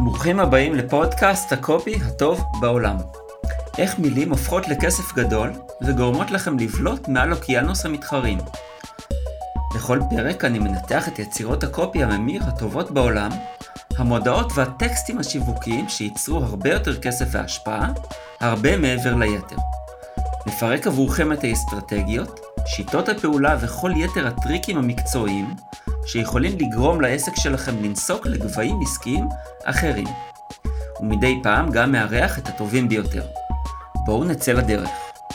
ברוכים הבאים לפודקאסט הקופי הטוב בעולם. איך מילים הופכות לכסף גדול וגורמות לכם לבלוט מעל אוקיינוס המתחרים. בכל פרק אני מנתח את יצירות הקופי הממיר הטובות בעולם, המודעות והטקסטים השיווקיים שייצרו הרבה יותר כסף והשפעה, הרבה מעבר ליתר. נפרק עבורכם את האסטרטגיות, שיטות הפעולה וכל יתר הטריקים המקצועיים שיכולים לגרום לעסק שלכם לנסוק לגבהים עסקיים אחרים. ומדי פעם גם מארח את הטובים ביותר. בואו נצא לדרך.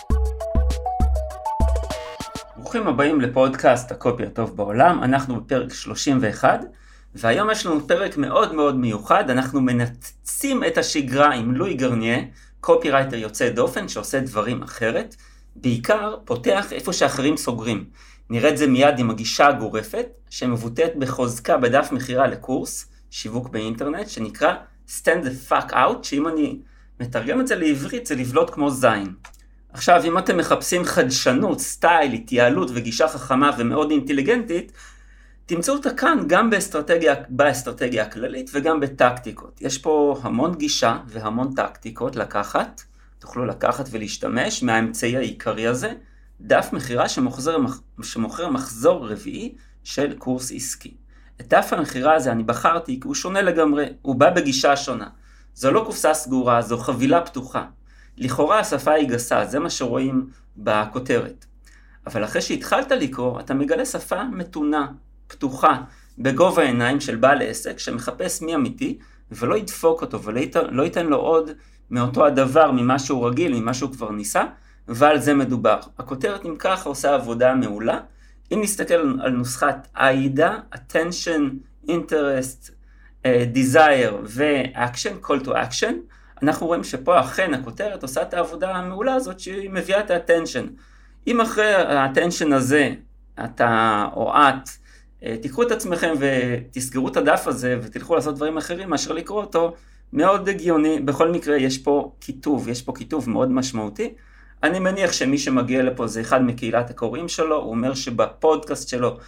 ברוכים הבאים לפודקאסט הקופי הטוב בעולם. אנחנו בפרק 31, והיום יש לנו פרק מאוד מאוד מיוחד. אנחנו מנתצים את השגרה עם לואי גרניה, קופירייטר יוצא דופן שעושה דברים אחרת, בעיקר פותח איפה שאחרים סוגרים. נראה את זה מיד עם הגישה הגורפת, שמבוטאת בחוזקה בדף מחירה לקורס, שיווק באינטרנט, שנקרא Stand the fuck out, שאם אני מתרגם את זה לעברית, זה לבלוט כמו זין. עכשיו, אם אתם מחפשים חדשנות, סטייל, התייעלות וגישה חכמה ומאוד אינטליגנטית, תמצאו אותה כאן גם באסטרטגיה הכללית וגם בטקטיקות. יש פה המון גישה והמון טקטיקות לקחת, תוכלו לקחת ולהשתמש מהאמצעי העיקרי הזה, דף מחירה שמוכר מחזור רביעי של קורס עסקי. את דף המחירה הזה אני בחרתי כי הוא שונה לגמרי, הוא בא בגישה שונה. זו לא קופסה סגורה, זו חבילה פתוחה. לכאורה השפה היא גסה, זה מה שרואים בכותרת. אבל אחרי שהתחלת לקרוא, אתה מגלה שפה מתונה, פתוחה, בגובה העיניים של בעל עסק שמחפש מי אמיתי, ולא ידפוק אותו ולא ייתן לו עוד מאותו הדבר, ממה שהוא רגיל, ממה שהוא כבר ניסה, ועל זה מדובר. הכותרת אם ככה עושה עבודה מעולה. אם נסתכל על נוסחת AIDA, Attention, Interest, Desire ו-Action, Call to Action, אנחנו רואים שפה אכן הכותרת עושה את העבודה המעולה הזאת שהיא מביאה את ה-Attention. אם אחרי ה-Attention הזה אתה או את תיקחו את עצמכם ותסגרו את הדף הזה ותלכו לעשות דברים אחרים מאשר לקרוא אותו, מאוד הגיוני. בכל מקרה יש פה כיתוב מאוד משמעותי. אני מניח שמי שמגיע לפה זה אחד מקהילת הקוראים שלו, הוא אומר שבפודקאסט שלו,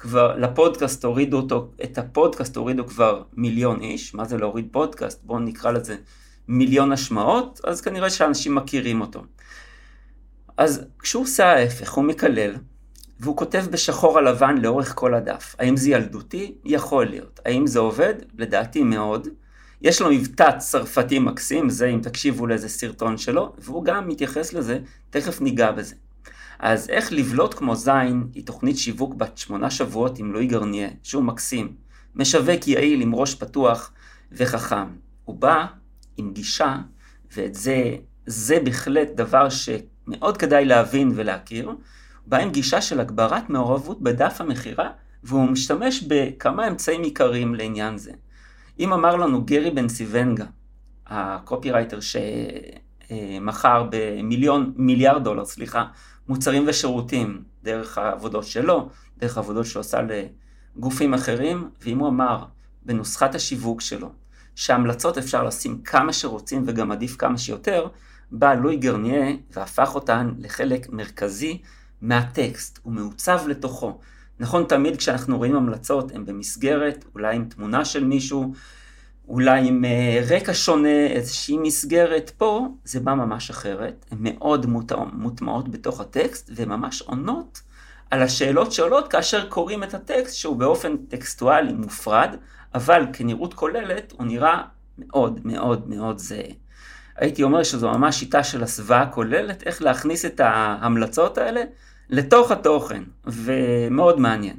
את הפודקאסט הורידו כבר 1,000,000 איש. מה זה להוריד פודקאסט? בואו נקרא לזה 1,000,000 השמעות, אז כנראה שאנשים מכירים אותו. אז כשהוא עושה ההפך, הוא מקלל, והוא כותב בשחור על לבן לאורך כל הדף. האם זה ילדותי? יכול להיות. האם זה עובד? לדעתי מאוד. יש לו מבטא צרפתי מקסים, זה אם תקשיבו לאיזה סרטון שלו, והוא גם מתייחס לזה, תכף ניגע בזה. אז איך לבלוט כמו זין היא תוכנית שיווק בת 8 שבועות עם לואי גרניה, שהוא מקסים, משווק יעיל עם ראש פתוח וחכם. הוא בא עם גישה, זה בהחלט דבר שמאוד כדאי להבין ולהכיר. הוא בא עם גישה של הגברת מעורבות בדף המחירה, והוא משתמש בכמה אמצעים עיקריים לעניין זה. אם אמר לנו גרי בנסיבנגה, הקופירייטר שמכר $1,000,000,000, מוצרים ושירותים דרך העבודות שלו, דרך העבודות שהוא עושה לגופים אחרים, ואם הוא אמר בנוסחת השיווק שלו, שההמלצות אפשר לשים כמה שרוצים וגם עדיף כמה שיותר, בא לואי גרניה והפך אותן לחלק מרכזי מהטקסט, הוא מעוצב לתוכו. נכון, תמיד כשאנחנו רואים המלצות, הן במסגרת, אולי עם תמונה של מישהו, אולי עם רקע שונה, איזושהי מסגרת. פה זה בא ממש אחרת, הן מאוד מוטמעות בתוך הטקסט, וממש עונות על השאלות שעולות כאשר קוראים את הטקסט, שהוא באופן טקסטואלי מופרד, אבל כנראות כוללת הוא נראה מאוד מאוד מאוד זהה. הייתי אומר שזו ממש שיטה של הסוואה כוללת, איך להכניס את ההמלצות האלה לתוך התוכן, ומאוד מעניין.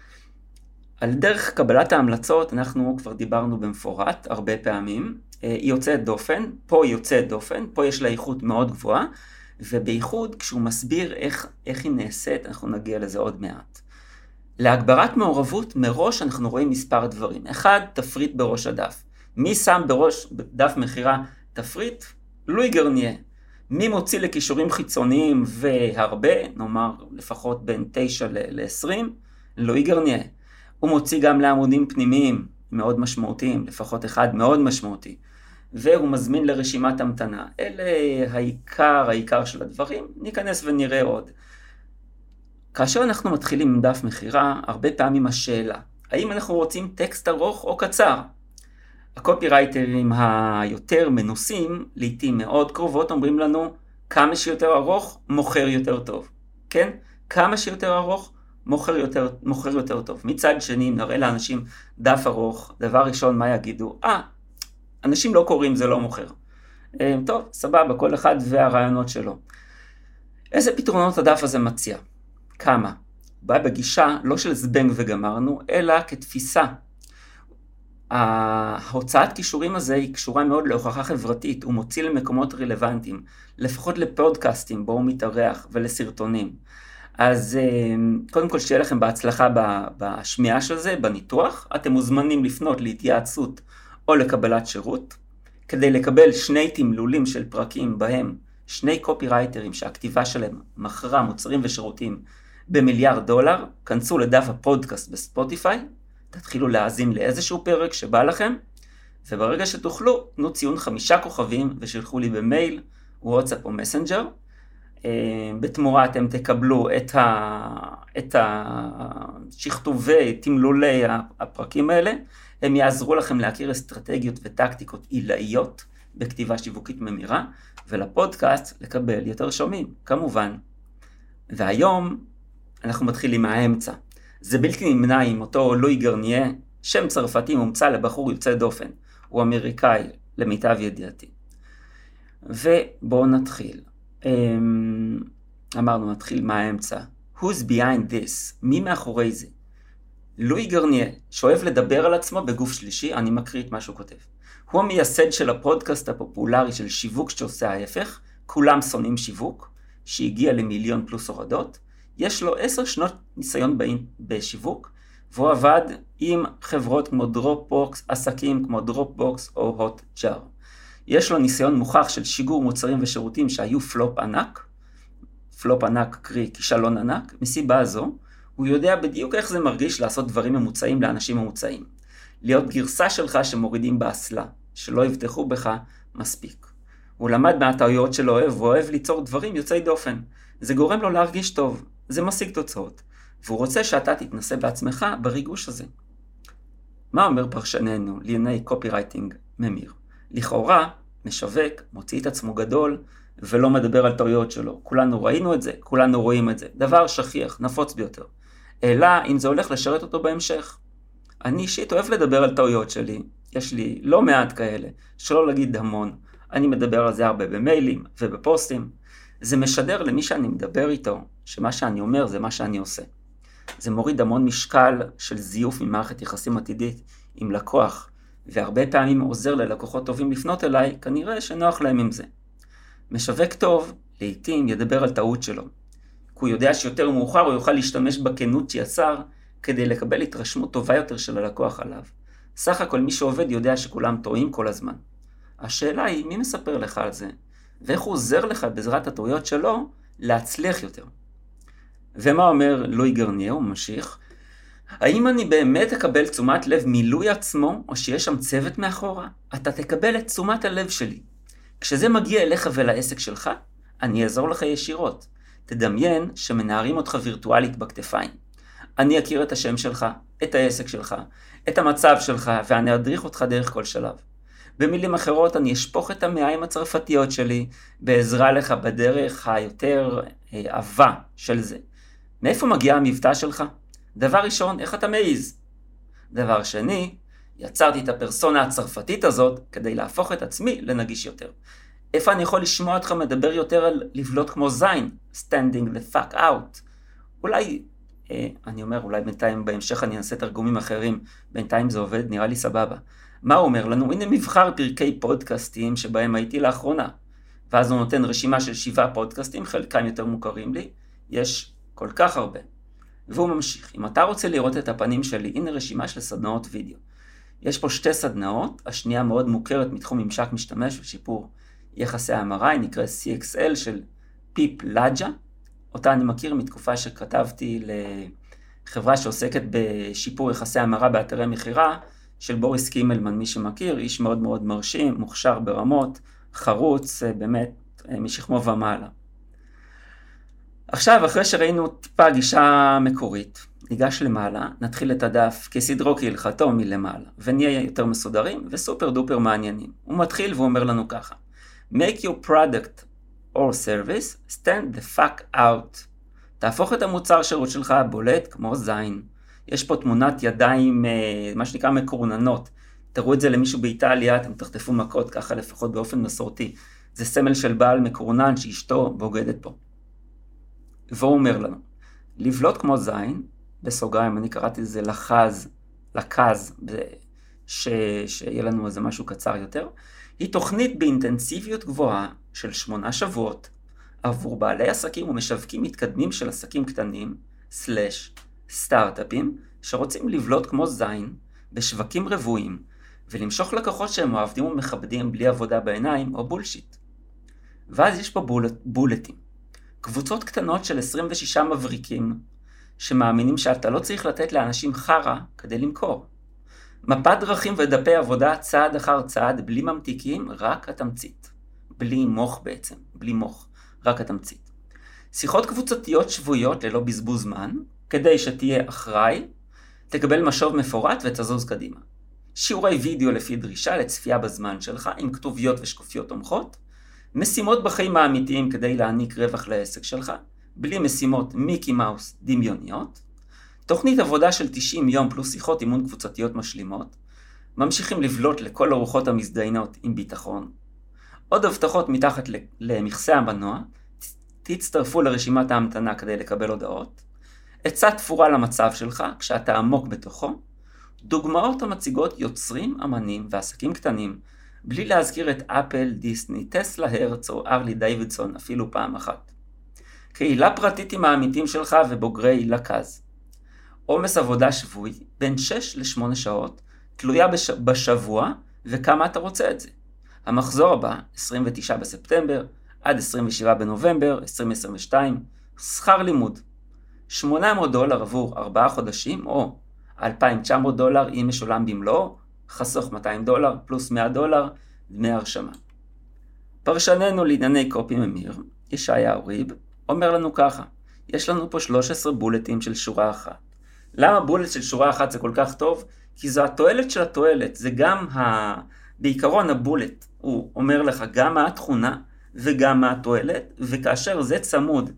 על דרך קבלת ההמלצות אנחנו כבר דיברנו במפורט הרבה פעמים. היא יוצאת דופן, פה יש לה איכות מאוד גבוהה, ובייחוד כשהוא מסביר איך היא נעשית, אנחנו נגיע לזה עוד מעט. להגברת מעורבות מראש אנחנו רואים מספר דברים. אחד, תפריט בראש הדף. מי שם בראש דף מחירה תפריט? לואי גרניה. מי מוציא לקישורים חיצוניים והרבה, נאמר לפחות בין 9 ל-20, לואי גרניה. הוא מוציא גם לעמודים פנימיים מאוד משמעותיים, לפחות אחד מאוד משמעותי, והוא מזמין לרשימת המתנה. אלה העיקר של הדברים, ניכנס ונראה עוד. כאשר אנחנו מתחילים עם דף מחירה, הרבה פעמים השאלה, האם אנחנו רוצים טקסט ארוך או קצר? הקופירייטרים היותר מנוסים, לעתים מאוד קרובות, אומרים לנו, כמה שיותר ארוך, מוכר יותר טוב. כן? כמה שיותר ארוך, מוכר יותר טוב. מצד שני, אם נראה לאנשים דף ארוך, דבר ראשון, מה יגידו? אנשים לא קוראים, זה לא מוכר. טוב, סבבה, כל אחד והרעיונות שלו. איזה פתרונות הדף הזה מציע? כמה? בא בגישה לא של זבנג וגמרנו, אלא כתפיסה. ההוצאת קישורים הזה היא קשורה מאוד להוכחה חברתית, הוא מוציא למקומות רלוונטיים, לפחות לפודקאסטים בו הוא מתארח ולסרטונים. אז קודם כל שיהיה לכם בהצלחה בשמיעה של זה, בניתוח. אתם מוזמנים לפנות להתייעצות או לקבלת שירות, כדי לקבל 2 תמלולים של פרקים בהם 2 קופירייטרים שהכתיבה שלהם מכרה מוצרים ושירותים $1,000,000,000, כנסו לדף הפודקאסט בספוטיפיי, תתחילו להאזין לאיזשהו פרק שבא לכם, וברגע שתוכלו, תנו ציון 5 כוכבים ושלחו לי במייל, וואטסאפ או מסנג'ר. בתמורה אתם תקבלו את השכתובי תמלולי הפרקים האלה, הם יעזרו לכם להכיר אסטרטגיות וטקטיקות עילאיות בכתיבה שיווקית ממירה, ולפודקאסט לקבל יותר שומעים, כמובן. והיום אנחנו מתחילים מהאמצע. זה בלתי נמנע עם אותו לואי גרניה, שם צרפתי מומצא לבחור יוצא דופן. הוא אמריקאי למיטב ידיעתי. ובואו נתחיל. אמרנו נתחיל מהאמצע. Who's behind this? מי מאחורי זה? לואי גרניה, שאוהב לדבר על עצמו בגוף שלישי, אני מקריא את מה שהוא כותב. הוא המייסד של הפודקאסט הפופולרי של שיווק שעושה ההפך, כולם שונאים שיווק, שהגיע ל1,000,000+ הורדות. יש לו 10 שנות ניסיון בשיווק, והוא עבד עם חברות כמו דרופבוקס, עסקים כמו דרופבוקס או הוטג'אר. יש לו ניסיון מוכח של שיגור מוצרים ושירותים שהיו פלופ ענק קרי כישלון ענק. מסיבה הזו, הוא יודע בדיוק איך זה מרגיש לעשות דברים ממוצעים לאנשים ממוצעים. להיות גרסה שלך שמורידים באסלה, שלא יבטחו בך מספיק. הוא למד מהטעויות שלו והוא אוהב ליצור דברים יוצאי דופן. זה גורם לו להרגיש טוב, זה משיג תוצאות, והוא רוצה שאתה תתנסה בעצמך בריגוש הזה. מה אומר פרשננו לענייני קופירייטינג ממיר? לכאורה, משווק, מוציא את עצמו גדול, ולא מדבר על טעויות שלו. כולנו ראינו את זה, כולנו רואים את זה. דבר שכיח, נפוץ ביותר. אלא אם זה הולך לשרת אותו בהמשך. אני אישית אוהב לדבר על טעויות שלי. יש לי לא מעט כאלה, שלא להגיד המון. אני מדבר על זה הרבה במיילים ובפוסטים. זה משדר למי שאני מדבר איתו, שמה שאני אומר זה מה שאני עושה. זה מוריד המון משקל של זיוף ממערכת יחסים עתידית עם לקוח, והרבה פעמים עוזר ללקוחות טובים לפנות אליי, כנראה שנוח להם עם זה. משווק טוב, לעתים ידבר על טעות שלו. כי הוא יודע שיותר מאוחר הוא יוכל להשתמש בכנות שיצר, כדי לקבל התרשמות טובה יותר של הלקוח עליו. סך הכל מי שעובד יודע שכולם טועים כל הזמן. השאלה היא, מי מספר לך על זה? ואיך הוא עוזר לך בעזרת הטעויות שלו להצליח יותר? ומה אומר לואי גרניה? הוא ממשיך. האם אני באמת אקבל תשומת לב מילוי עצמו, או שיש שם צוות מאחורה? אתה תקבל את תשומת הלב שלי. כשזה מגיע אליך ולעסק שלך, אני אעזור לך ישירות. תדמיין שמנערים אותך וירטואלית בכתפיים. אני אכיר את השם שלך, את העסק שלך, את המצב שלך, ואני אדריך אותך דרך כל שלב. במילים אחרות, אני אשפוך את המעיים הצרפתיות שלי, בעזרה לך בדרך היותר עבה של זה. מאיפה מגיע המבטא שלך? דבר ראשון, איך אתה מעיז? דבר שני, יצרתי את הפרסונה הצרפתית הזאת, כדי להפוך את עצמי לנגיש יותר. איפה אני יכול לשמוע אותך מדבר יותר על לבלוט כמו זין? Standing the fuck out. אולי, אולי בינתיים בהמשך אני אנסה תרגומים אחרים, בינתיים זה עובד, נראה לי סבבה. מה הוא אומר לנו? הנה מבחר פרקי פודקאסטים שבהם הייתי לאחרונה. ואז הוא נותן רשימה של 7 פודקאסטים, חלקם יותר מוכרים לי. יש כל כך הרבה. והוא ממשיך. אם אתה רוצה לראות את הפנים שלי, הנה רשימה של סדנאות וידאו. יש פה 2 סדנאות, השנייה מאוד מוכרת מתחום ממשק משתמש ושיפור יחסי המרה, היא נקראת CXL של פיפ לג'ה. אותה אני מכיר מתקופה שכתבתי לחברה שעוסקת בשיפור יחסי המרה באתרי מחירה, של בוריס קימלמן, מי שמכיר, איש מאוד מאוד מרשים, מוכשר ברמות, חרוץ, באמת, משכמו ומעלה. עכשיו, אחרי שראינו טיפה גישה מקורית, ניגש למעלה, נתחיל את הדף כסדרו כהלכתו מלמעלה, ונהיה יותר מסודרים וסופר דופר מעניינים. הוא מתחיל והוא אומר לנו ככה, make your product or service stand the fuck out. תהפוך את המוצר שירות שלך בולט כמו זין. יש פה תמונת ידיים, מה שנקרא מקורננות. תראו את זה למישהו באיטליה, אתם תחטפו מכות, ככה לפחות באופן מסורתי. זה סמל של בעל מקורנן שאשתו בוגדת פה. והוא אומר לנו, לבלוט כמו זין, בסוגריים, אני קראתי לזה לקז, שיהיה לנו איזה משהו קצר יותר, היא תוכנית באינטנסיביות גבוהה של 8 שבועות, עבור בעלי עסקים ומשווקים מתקדמים של עסקים קטנים, סטארט-אפים, שרוצים לבלוט כמו זין, בשווקים רבועים, ולמשוך לקוחות שהם אוהבים ומכבדים בלי עבודה בעיניים או בולשיט. ואז יש פה בולטים. קבוצות קטנות של 26 מבריקים, שמאמינים שאתה לא צריך לתת לאנשים חרה כדי למכור. מפת דרכים ודפי עבודה צעד אחר צעד, בלי ממתיקים, רק התמצית. בלי מוח בעצם, בלי מוח, רק התמצית. שיחות קבוצתיות שבועיות ללא בזבוז זמן, כדי שתהיה אחראי, תקבל משוב מפורט ותזוז קדימה. שיעורי וידאו לפי דרישה לצפייה בזמן שלך, עם כתוביות ושקופיות תומכות, משימות בחיים האמיתיים כדי להעניק רווח לעסק שלך, בלי משימות מיקי מאוס דמיוניות, תוכנית עבודה של 90 יום פלוס שיחות אימון קבוצתיות משלימות, ממשיכים לבלוט לכל ארוחות המזדיינות עם ביטחון, עוד הבטחות מתחת למכסה המנוע, תצטרפו לרשימת ההמתנה כדי לקבל הודעות, עצה תפורה למצב שלך כשאתה עמוק בתוכו, דוגמאות המציגות יוצרים, אמנים ועסקים קטנים, בלי להזכיר את אפל, דיסני, טסלה, הרץ או ארלי דיווידסון אפילו פעם אחת. קהילה פרטית עם העמיתים שלך ובוגרי לקז. עומס עבודה שבועי בין 6 ל-8 שעות, תלויה בשבוע וכמה אתה רוצה את זה. המחזור הבא, 29 בספטמבר עד 27 בנובמבר 2022, שכר לימוד. $800 עבור 4 חודשים או $2,900 אם משולם במלואו, חסוך $200 פלוס $100 דמי הרשמה. פרשננו לענייני קופי ממיר, ישעיהו ריב, אומר לנו ככה, יש לנו פה 13 בולטים של שורה אחת. למה בולט של שורה אחת זה כל כך טוב? כי זו התועלת של התועלת, זה גם בעיקרון הבולט, הוא אומר לך גם מה התכונה וגם מה התועלת, וכאשר זה צמוד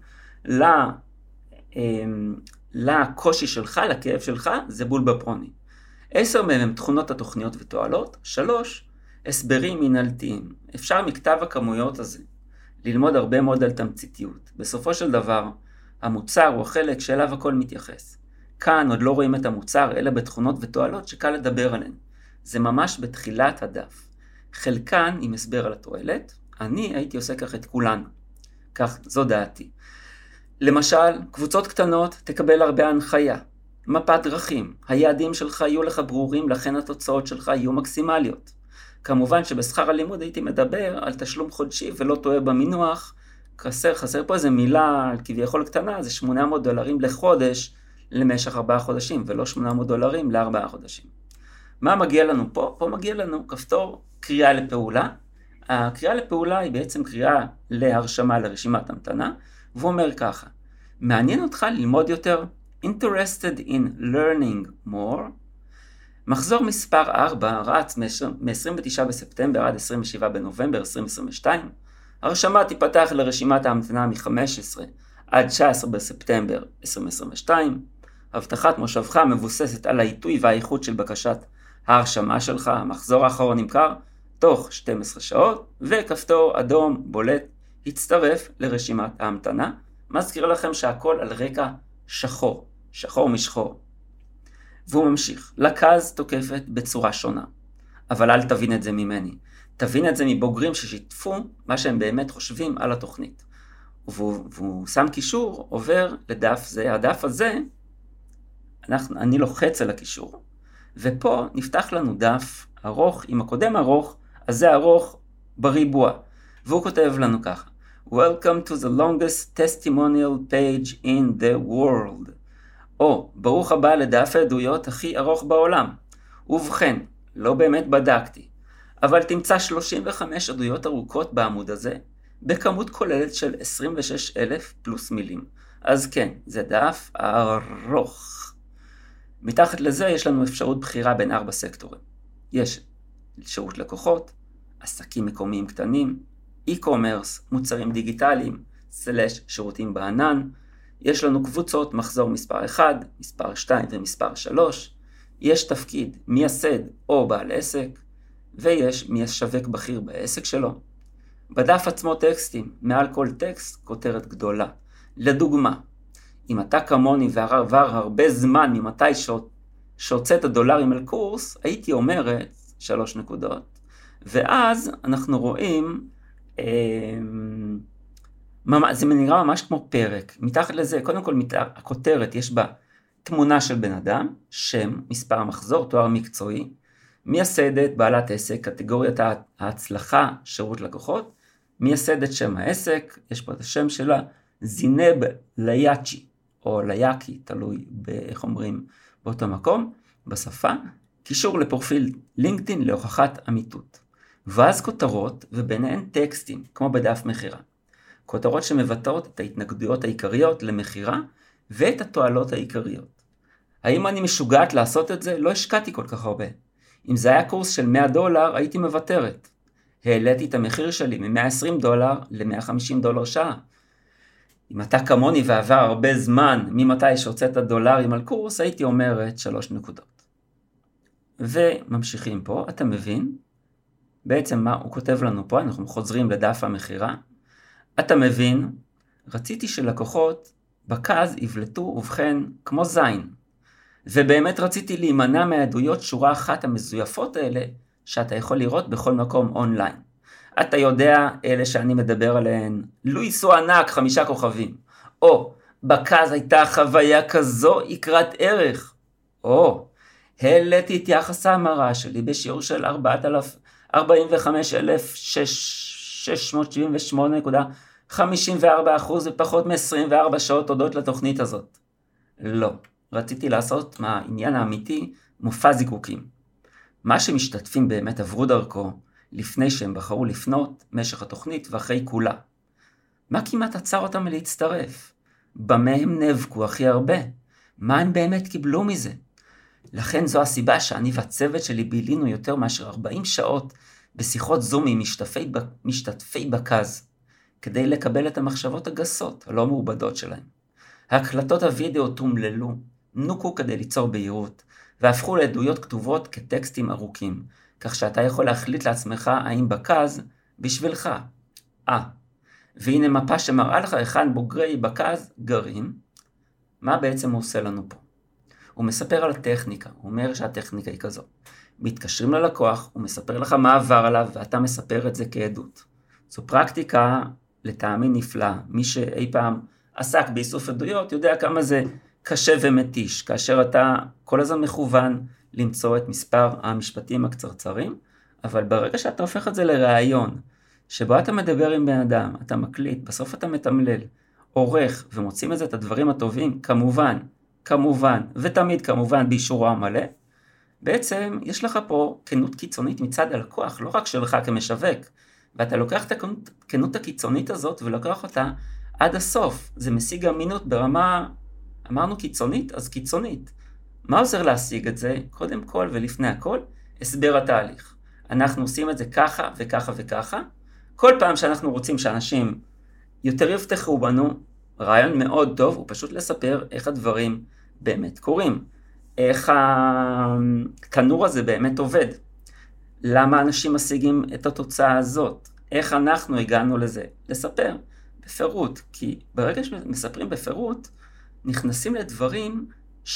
לקושי שלך, לכאב שלך, זה בול בפרוני. 10 מהם הם תכונות התוכניות ותועלות, 3 הסברים מנהלתיים. אפשר מכתב הכמויות הזה ללמוד הרבה מאוד על תמציתיות. בסופו של דבר, המוצר הוא החלק שאליו הכל מתייחס. כאן עוד לא רואים את המוצר, אלא בתכונות ותועלות שקל לדבר עליהן. זה ממש בתחילת הדף. חלקן עם הסבר על התועלת, אני הייתי עושה כך את כולנו. כך, זו דעתי. למשל, קבוצות קטנות תקבל הרבה הנחיה. מפת דרכים, היעדים שלך יהיו לך ברורים, לכן התוצאות שלך יהיו מקסימליות. כמובן שבשכר הלימוד הייתי מדבר על תשלום חודשי ולא טועה במינוח. חסר פה איזה מילה כביכול קטנה, זה $800 לחודש למשך 4 חודשים, ולא $800 ל4 חודשים. מה מגיע לנו פה? פה מגיע לנו כפתור קריאה לפעולה. הקריאה לפעולה היא בעצם קריאה להרשמה לרשימת המתנה, והוא אומר ככה, מעניין אותך ללמוד יותר? Interested in learning more? מחזור מספר 4 רץ מ-29 בספטמבר עד 27 בנובמבר 2022. הרשמה תיפתח לרשימת ההמתנה מ-15 עד 19 בספטמבר 2022. הבטחת מושבך מבוססת על העיתוי והאיכות של בקשת ההרשמה שלך. המחזור האחרון נמכר תוך 12 שעות, וכפתור אדום בולט הצטרף לרשימת ההמתנה. מזכיר לכם שהכל על רקע שחור, שחור משחור. והוא ממשיך, לקז תוקפת בצורה שונה. אבל אל תבין את זה ממני. תבין את זה מבוגרים ששיתפו מה שהם באמת חושבים על התוכנית. והוא שם קישור, עובר לדף זה. הדף הזה, אני לוחץ על הקישור, ופה נפתח לנו דף ארוך, עם הקודם ארוך, אז זה ארוך בריבוע. והוא כותב לנו ככה, Welcome to the longest testimonial page in the world. או, ברוך הבא לדף העדויות הכי ארוך בעולם. ובכן, לא באמת בדקתי, אבל תמצא 35 עדויות ארוכות בעמוד הזה, בכמות כוללת של 26,000 פלוס מילים. אז כן, זה דף ארוך. מתחת לזה יש לנו אפשרות בחירה בין 4 סקטורים. יש שירות לקוחות, עסקים מקומיים קטנים, e-commerce, מוצרים דיגיטליים, שירותים בענן, יש לנו קבוצות מחזור מספר 1, מספר 2 ומספר 3, יש תפקיד מייסד או בעל עסק, ויש משווק בכיר בעסק שלו. בדף עצמו טקסטים, מעל כל טקסט כותרת גדולה. לדוגמה, אם אתה כמוני ועבר הרבה זמן ממתי שהוצאת דולרים על קורס, הייתי אומרת 3 נקודות. ואז אנחנו רואים, זה נראה ממש כמו פרק. מתחת לזה, קודם כל הכותרת יש בה תמונה של בן אדם, שם, מספר המחזור, תואר מקצועי, מייסדת, בעלת עסק, קטגוריית ההצלחה, שירות לקוחות, מייסדת שם העסק, יש פה את השם שלה, זינב ליאצ'י, או ליאקי, תלוי באיך אומרים באותו מקום, בשפה, קישור לפרופיל לינקדאין להוכחת אמיתות. ואז כותרות, וביניהן טקסטים, כמו בדף מחירה. כותרות שמבטאות את ההתנגדויות העיקריות למחירה, ואת התועלות העיקריות. האם אני משוגעת לעשות את זה? לא השקעתי כל כך הרבה. אם זה היה קורס של $100, הייתי מוותרת. העליתי את המחיר שלי מ$120 ל$150 שעה. אם אתה כמוני ועבר הרבה זמן ממתי שהוצאת דולרים על קורס, הייתי אומרת 3 נקודות. וממשיכים פה, אתה מבין? בעצם מה הוא כותב לנו פה, אנחנו חוזרים לדף המחירה. אתה מבין, רציתי שלקוחות בקז יבלטו ובכן כמו זין. ובאמת רציתי להימנע מהעדויות שורה אחת המזויפות האלה, שאתה יכול לראות בכל מקום אונליין. אתה יודע, אלה שאני מדבר עליהן, לואיס הוא ענק 5 כוכבים. או, בקז הייתה חוויה כזו יקרת ערך. או, העליתי את יחס ההמרה שלי בשיעור של 45,678.54% ופחות מ-24 שעות תודות לתוכנית הזאת. לא, רציתי לעשות מהעניין האמיתי מופע זיקוקים. מה שמשתתפים באמת עברו דרכו, לפני שהם בחרו לפנות, משך התוכנית ואחרי כולה. מה כמעט עצר אותם להצטרף? במה הם נאבקו הכי הרבה? מה הם באמת קיבלו מזה? לכן זו הסיבה שאני והצוות שלי בילינו יותר מאשר 40 שעות בשיחות זום עם משתתפי בקז, כדי לקבל את המחשבות הגסות, הלא מעובדות שלהם. הקלטות הוידאו תומללו, נוקו כדי ליצור בהירות, והפכו לעדויות כתובות כטקסטים ארוכים, כך שאתה יכול להחליט לעצמך האם בקז בשבילך. והנה מפה שמראה לך היכן בוגרי בקז גרים. מה בעצם הוא עושה לנו פה? הוא מספר על הטכניקה, הוא אומר שהטכניקה היא כזו. מתקשרים ללקוח, הוא מספר לך מה עבר עליו, ואתה מספר את זה כעדות. זו פרקטיקה לטעמי נפלאה. מי שאי פעם עסק באיסוף עדויות יודע כמה זה קשה ומתיש, כאשר אתה כל הזמן מכוון למצוא את מספר המשפטים הקצרצרים, אבל ברגע שאתה הופך את זה לרעיון, שבו אתה מדבר עם בן אדם, אתה מקליט, בסוף אתה מתמלל, עורך ומוצאים את זה את הדברים הטובים, כמובן, ותמיד כמובן באישורו המלא, בעצם יש לך פה כנות קיצונית מצד הלקוח, לא רק שלך כמשווק, ואתה לוקח את הכנות הקיצונית הזאת ולוקח אותה עד הסוף. זה משיג אמינות ברמה, אמרנו קיצונית, אז קיצונית. מה עוזר להשיג את זה? קודם כל ולפני הכל, הסבר התהליך. אנחנו עושים את זה ככה וככה וככה. כל פעם שאנחנו רוצים שאנשים יותר יפתחו בנו, רעיון מאוד טוב הוא פשוט לספר איך הדברים באמת קורים. איך התנור הזה באמת עובד. למה אנשים משיגים את התוצאה הזאת? איך אנחנו הגענו לזה? לספר בפירוט. כי ברגע שמספרים בפירוט, נכנסים לדברים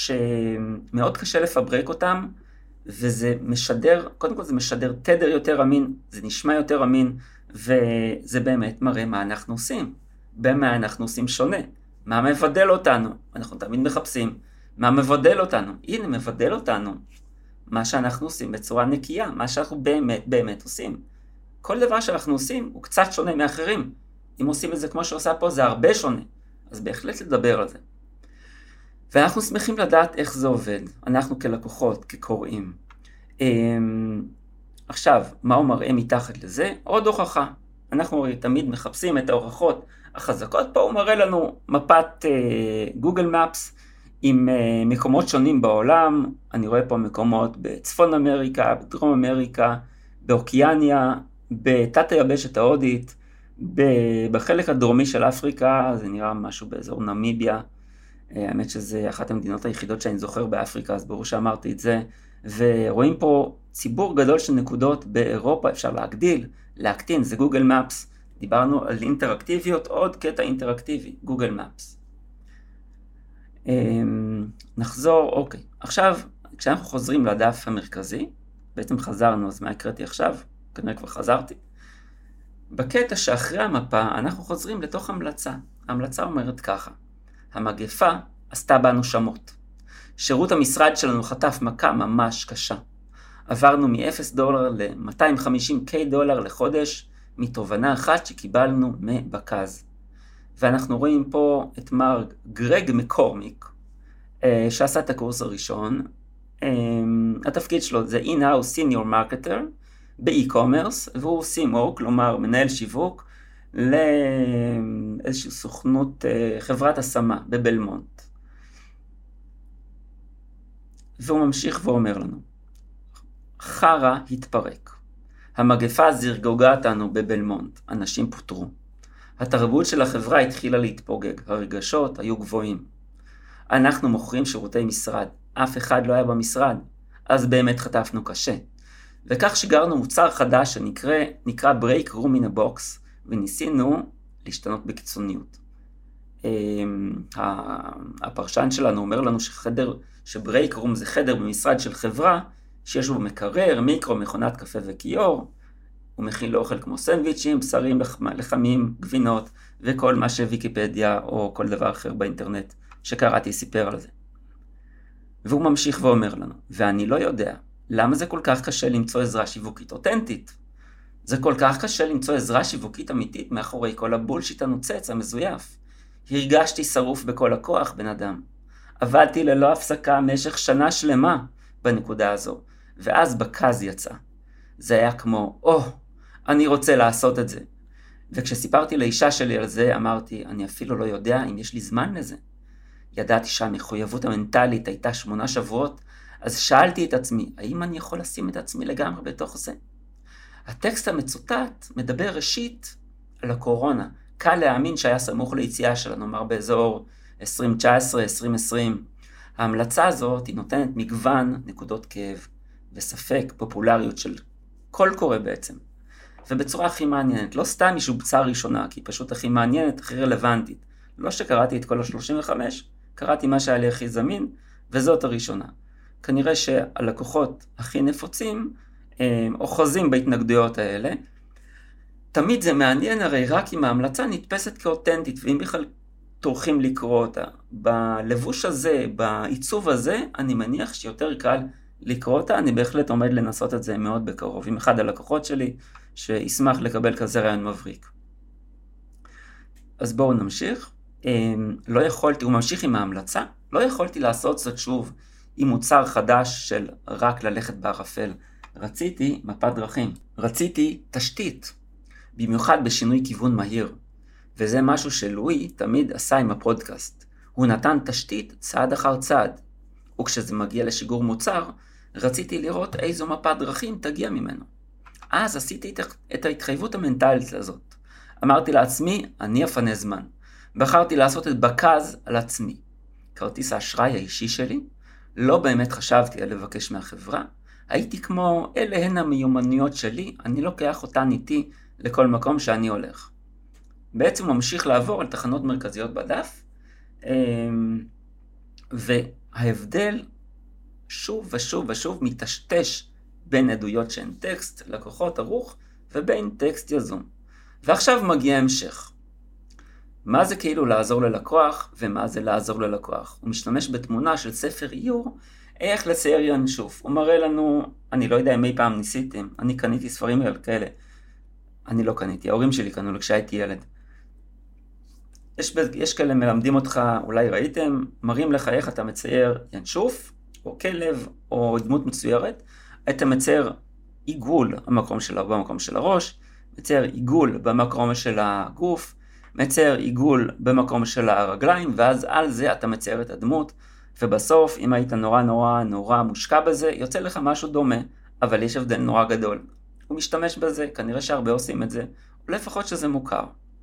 שמאוד קשה לפברק אותם, וזה משדר, קודם כל זה משדר תדר יותר אמין, זה נשמע יותר אמין, וזה באמת מראה מה אנחנו עושים. במה אנחנו עושים שונה. מה מבדל אותנו? אנחנו תמיד מחפשים מה מבדל אותנו. הנה מבדל אותנו. מה שאנחנו עושים בצורה נקייה, מה שאנחנו באמת עושים. כל דבר שאנחנו עושים הוא קצת שונה מאחרים. אם עושים את זה כמו שעושה פה, זה הרבה שונה. אז בהחלט לדבר על זה. ואנחנו שמחים לדעת איך זה עובד. אנחנו כלקוחות, כקוראים. עכשיו, מה הוא מראה מתחת לזה? עוד הוכחה. אנחנו תמיד מחפשים את ההוכחות החזקות. פה הוא מראה לנו מפת גוגל מפס עם מקומות שונים בעולם. אני רואה פה מקומות בצפון אמריקה, בדרום אמריקה, באוקיאניה, בתת היבשת ההודית, בחלק הדרומי של אפריקה, זה נראה משהו באזור נמיביה. האמת שזה אחת המדינות היחידות שאני זוכר באפריקה, אז ברור שאמרתי את זה. ורואים פה ציבור גדול של נקודות באירופה, אפשר להקטין, זה גוגל מפס. דיברנו על אינטראקטיביות, עוד קטע אינטראקטיבי, גוגל מפס. נחזור, אוקיי. עכשיו, כשאנחנו חוזרים לדף המרכזי, בעצם חזרנו, אז מה הקראתי עכשיו? כנראה כבר חזרתי. בקטע שאחרי המפה, אנחנו חוזרים לתוך המלצה. ההמלצה אומרת ככה, המגפה עשתה בנו שמות. שירות המשרד שלנו חטף מכה ממש קשה. עברנו מ$0 ל$250K לחודש, מתובנה אחת שקיבלנו מבקז. ואנחנו רואים פה את מר גרג מקורמיק, שעשה את הקורס הראשון. התפקיד שלו זה in-house senior marketer באי-קומרס, והוא CMO, כלומר מנהל שיווק, לאיזושהי סוכנות, חברת השמה בבלמונט. והוא ממשיך ואומר לנו, חרה התפרק. המגפה זרגוגה אותנו בבלמונט, אנשים פוטרו. התרבות של החברה התחילה להתפוגג, הרגשות היו גבוהים. אנחנו מוכרים שירותי משרד, אף אחד לא היה במשרד, אז באמת חטפנו קשה. וכך שיגרנו מוצר חדש שנקרא Break Room in a Box, וניסינו להשתנות בקיצוניות. הפרשן שלנו אומר לנו שברייק רום זה חדר במשרד של חברה, שיש בו מקרר, מיקרו, מכונת קפה וכיור, הוא מכין לאוכל כמו סנדוויצ'ים, בשרים, לחמים, גבינות, וכל מה שוויקיפדיה או כל דבר אחר באינטרנט שקראתי סיפר על זה. והוא ממשיך ואומר לנו, ואני לא יודע למה זה כל כך קשה למצוא עזרה שיווקית אותנטית. זה כל כך קשה למצוא עזרה שיווקית אמיתית מאחורי כל הבולשיט הנוצץ, המזויף. הרגשתי שרוף בכל הכוח, בן אדם. עבדתי ללא הפסקה במשך שנה שלמה בנקודה הזו, ואז בקז יצא. זה היה כמו, אני רוצה לעשות את זה. וכשסיפרתי לאישה שלי על זה, אמרתי, אני אפילו לא יודע אם יש לי זמן לזה. ידעתי שהמחויבות המנטלית הייתה 8 שבועות, אז שאלתי את עצמי, האם אני יכול לשים את עצמי לגמרי בתוך זה? הטקסט המצוטט מדבר ראשית על הקורונה. קל להאמין שהיה סמוך ליציאה שלה, נאמר באזור 2019-2020. ההמלצה הזאת היא נותנת מגוון נקודות כאב וספק פופולריות של כל קורא בעצם. ובצורה הכי מעניינת, לא סתם היא שובצה ראשונה, כי היא פשוט הכי מעניינת, הכי רלוונטית. לא שקראתי את כל ה-35, קראתי מה שהיה לי הכי זמין, וזאת הראשונה. כנראה שהלקוחות הכי נפוצים, אוחזים בהתנגדויות האלה. תמיד זה מעניין, הרי רק אם ההמלצה נתפסת כאותנטית, ואם בכלל טורחים לקרוא אותה. בלבוש הזה, בעיצוב הזה, אני מניח שיותר קל לקרוא אותה, אני בהחלט עומד לנסות את זה מאוד בקרוב, עם אחד הלקוחות שלי, שישמח לקבל כזה רעיון מבריק. אז בואו נמשיך. הוא ממשיך עם ההמלצה, לא יכולתי לעשות זאת שוב עם מוצר חדש של רק ללכת בערפל. רציתי מפת דרכים, רציתי תשתית, במיוחד בשינוי כיוון מהיר. וזה משהו שלואי תמיד עשה עם הפודקאסט. הוא נתן תשתית צעד אחר צעד. וכשזה מגיע לשיגור מוצר, רציתי לראות איזו מפת דרכים תגיע ממנו. אז עשיתי את ההתחייבות המנטלית הזאת. אמרתי לעצמי, אני אפנה זמן. בחרתי לעשות את בקז על עצמי. כרטיס האשראי האישי שלי, לא באמת חשבתי על לבקש מהחברה. הייתי כמו, אלה הן המיומנויות שלי, אני לוקח אותן איתי לכל מקום שאני הולך. בעצם הוא ממשיך לעבור על תחנות מרכזיות בדף, וההבדל שוב ושוב ושוב מתשתש בין עדויות שהן טקסט, לקוחות ערוך, ובין טקסט יזום. ועכשיו מגיע המשך. מה זה כאילו לעזור ללקוח, ומה זה לעזור ללקוח? הוא משתמש בתמונה של ספר איור, איך לצייר ינשוף. הוא מראה לנו, אני לא יודע אם אי פעם ניסיתם, אני קניתי ספרים כאלה. אני לא קניתי, ההורים שלי קנו כשהייתי ילד. יש כאלה מלמדים אותך, אולי ראיתם, מראים לך איך אתה מצייר ינשוף, או כלב, או דמות מצוירת. אתה מצייר עיגול במקום של הראש, מצייר עיגול במקום של הגוף, מצייר עיגול במקום של הרגליים, ואז על זה אתה מצייר את הדמות, ובסוף, אם היית נורא מושקע בזה, יוצא לך משהו דומה, אבל יש הבדל נורא גדול. הוא משתמש בזה, כנראה שהרבה עושים את זה, או לפחות שזה מוכר.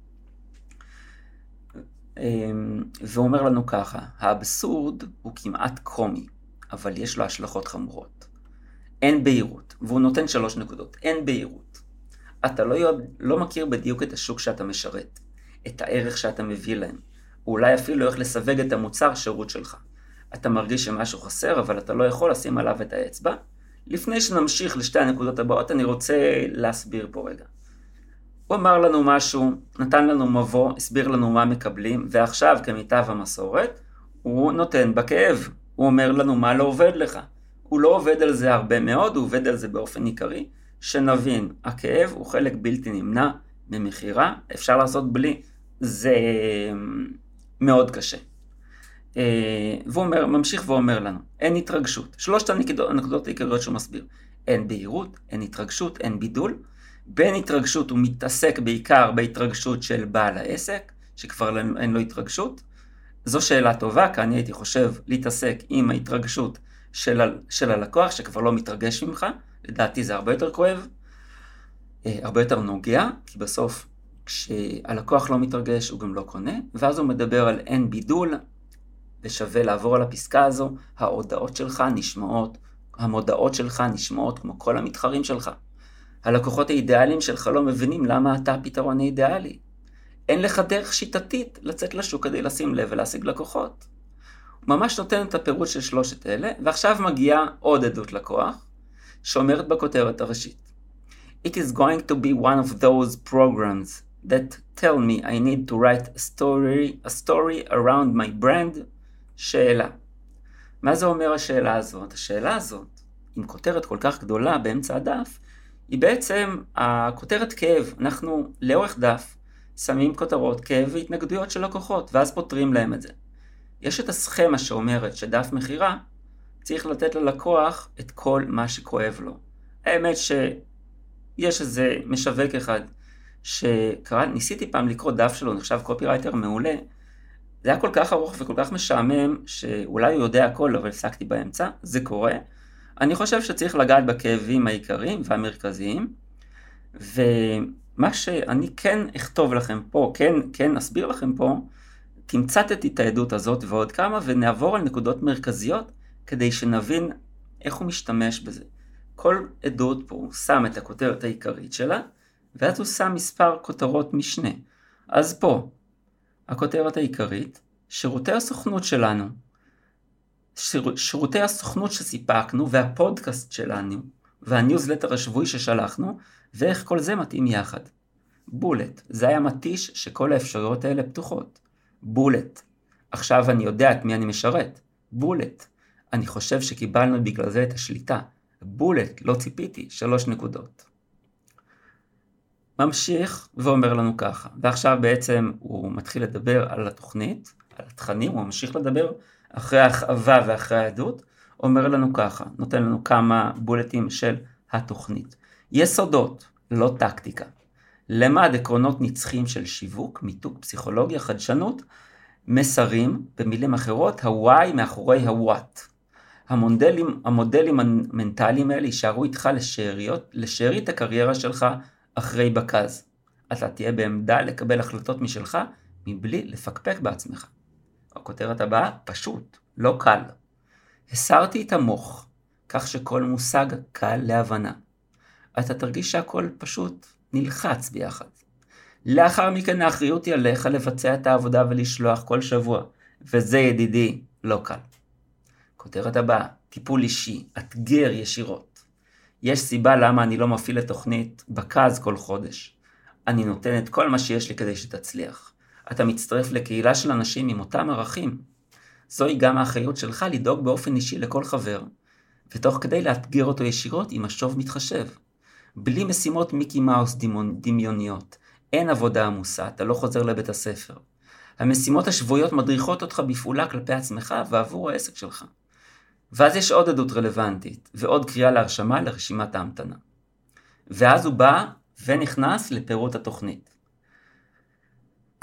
והוא אומר לנו ככה, האבסורד הוא כמעט קומי, אבל יש לו השלכות חמורות. אין בהירות, והוא נותן 3 נקודות, אין בהירות. אתה לא מכיר בדיוק את השוק שאתה משרת, את הערך שאתה מביא להם, אולי אפילו איך לסווג את המוצר שירות שלך. אתה מרגיש שמשהו חסר, אבל אתה לא יכול לשים עליו את האצבע. לפני שנמשיך לשתי הנקודות הבאות, אני רוצה להסביר פה רגע. הוא אמר לנו משהו, נתן לנו מבוא, הסביר לנו מה מקבלים, ועכשיו כמיטב המסורת, הוא נותן בכאב. הוא אומר לנו מה לא עובד לך. הוא לא עובד על זה הרבה מאוד, הוא עובד על זה באופן עיקרי, שנבין, הכאב הוא חלק בלתי נמנע במחירה, אפשר לעשות בלי, זה מאוד קשה. והוא ממשיך ואומר לנו, אין התרגשות. 3 הנקודות העיקריות שהוא מסביר. אין בהירות, אין התרגשות, אין בידול. בין התרגשות הוא מתעסק בעיקר בהתרגשות של בעל העסק, שכבר אין לו התרגשות. זו שאלה טובה, כי אני הייתי חושב להתעסק עם ההתרגשות של הלקוח, שכבר לא מתרגש ממך. לדעתי זה הרבה יותר כואב, הרבה יותר נוגע, כי בסוף כשהלקוח לא מתרגש הוא גם לא קונה, ואז הוא מדבר על אין בידול, ושווה לעבור על הפסקה הזו, המודעות שלך נשמעות כמו כל המתחרים שלך. הלקוחות האידיאליים שלך לא מבינים למה אתה הפתרון האידיאלי. אין לך דרך שיטתית לצאת לשוק כדי לשים לב ולהשיג לקוחות. הוא ממש נותן את הפירוט של 3 אלה, ועכשיו מגיעה עוד עדות לקוח, שאומרת בכותרת הראשית. It is going to be one of those programs that tell me I need to write a story around my brand. שאלה. מה זה אומר השאלה הזאת? השאלה הזאת, עם כותרת כל כך גדולה באמצע הדף, היא בעצם הכותרת כאב. אנחנו לאורך דף שמים כותרות כאב והתנגדויות של לקוחות, ואז פותרים להם את זה. יש את הסכמה שאומרת שדף מחירה צריך לתת ללקוח את כל מה שכואב לו. האמת שיש איזה משווק אחד ניסיתי פעם לקרוא דף שלו, נחשב קופירייטר מעולה, זה היה כל כך ארוך וכל כך משעמם, שאולי הוא יודע הכל, אבל הפסקתי באמצע, זה קורה. אני חושב שצריך לגעת בכאבים העיקריים והמרכזיים, ומה שאני כן אכתוב לכם פה, כן אסביר לכם פה, תמצתתי את העדות הזאת ועוד כמה, ונעבור על נקודות מרכזיות, כדי שנבין איך הוא משתמש בזה. כל עדות פה הוא שם את הכותרת העיקרית שלה, ואז הוא שם מספר כותרות משנה. אז פה, הכותרת העיקרית, שירותי הסוכנות שלנו, שירותי הסוכנות שסיפקנו, והפודקאסט שלנו, והניוזלטר השבועי ששלחנו, ואיך כל זה מתאים יחד. בולט, זה היה מתיש שכל האפשרויות האלה פתוחות. בולט, עכשיו אני יודע את מי אני משרת. בולט, אני חושב שקיבלנו בגלל זה את השליטה. בולט, לא ציפיתי, 3 נקודות. ממשיך ואומר לנו ככה, ועכשיו בעצם הוא מתחיל לדבר על התוכנית, על התכנים, הוא ממשיך לדבר אחרי ההכאבה ואחרי העדות, אומר לנו ככה, נותן לנו כמה בולטים של התוכנית. יסודות, לא טקטיקה. למד עקרונות נצחים של שיווק, מיתוג, פסיכולוגיה, חדשנות, מסרים, במילים אחרות, ה-why מאחורי ה-what. המודלים המנטליים האלה יישארו איתך לשארית הקריירה שלך אחרי בקז. אתה תהיה בעמדה לקבל החלטות משלך, מבלי לפקפק בעצמך. הכותרת הבאה, פשוט, לא קל. הסרתי את המוח, כך שכל מושג קל להבנה. אתה תרגיש שהכל פשוט נלחץ ביחד. לאחר מכן האחריות היא עליך לבצע את העבודה ולשלוח כל שבוע, וזה ידידי לא קל. כותרת הבאה, טיפול אישי, אתגר ישירות. יש סיבה למה אני לא מפעיל את תוכנית בקז כל חודש. אני נותן את כל מה שיש לי כדי שתצליח. אתה מצטרף לקהילה של אנשים עם אותם ערכים. זוהי גם האחריות שלך לדאוג באופן אישי לכל חבר, ותוך כדי לאתגר אותו ישירות עם משוב מתחשב. בלי משימות מיקי מאוס דמיוניות, אין עבודה עמוסה, אתה לא חוזר לבית הספר. המשימות השבועיות מדריכות אותך בפעולה כלפי עצמך ועבור העסק שלך. ואז יש עוד עדות רלוונטית, ועוד קריאה להרשמה לרשימת ההמתנה. ואז הוא בא ונכנס לפירוט התוכנית.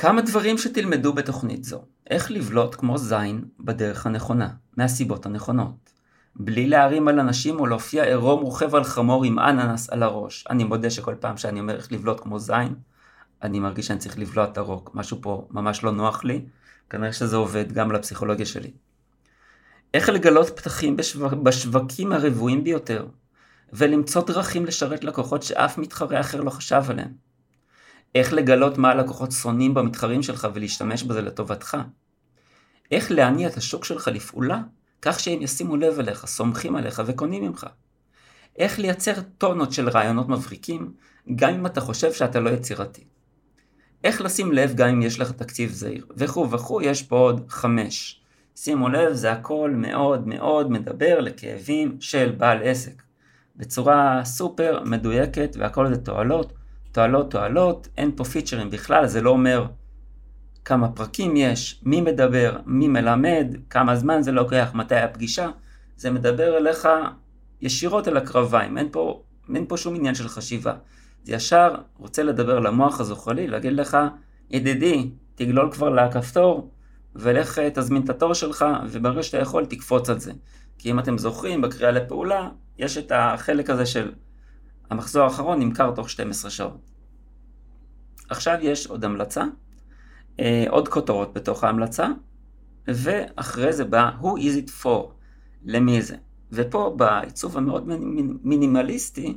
כמה דברים שתלמדו בתוכנית זו. איך לבלוט כמו זין בדרך הנכונה, מהסיבות הנכונות. בלי להרים על אנשים או להופיע עירום רוכב על חמור עם אננס על הראש. אני מודה שכל פעם שאני אומר איך לבלוט כמו זין, אני מרגיש שאני צריך לבלוע את הרוק. משהו פה ממש לא נוח לי, כנראה שזה עובד גם לפסיכולוגיה שלי. איך לגלות פתחים בשווקים הרבועים ביותר, ולמצוא דרכים לשרת לקוחות שאף מתחרה אחר לא חשב עליהם. איך לגלות מה הלקוחות שונאים במתחרים שלך ולהשתמש בזה לטובתך. איך להניע את השוק שלך לפעולה, כך שהם ישימו לב אליך, סומכים עליך וקונים ממך. איך לייצר טונות של רעיונות מבריקים, גם אם אתה חושב שאתה לא יצירתי. איך לשים לב גם אם יש לך תקציב זהיר, וכו', יש פה עוד 5. שימו לב, זה הכל מאוד מאוד מדבר לכאבים של בעל עסק. בצורה סופר מדויקת, והכל זה תועלות, אין פה פיצ'רים בכלל, זה לא אומר כמה פרקים יש, מי מדבר, מי מלמד, כמה זמן זה לוקח, מתי הפגישה, זה מדבר אליך ישירות אל הקרביים, אין פה שום עניין של חשיבה. זה ישר רוצה לדבר למוח הזוחלי, להגיד לך, ידידי, תגלול כבר לכפתור, ולך תזמין את התור שלך, וברגע שאתה יכול תקפוץ על זה. כי אם אתם זוכרים, בקריאה לפעולה, יש את החלק הזה של המחזור האחרון נמכר תוך 12 שעות. עכשיו יש עוד המלצה, עוד כותרות בתוך ההמלצה, ואחרי זה בא who is it for, למי זה. ופה בעיצוב המאוד מינימליסטי,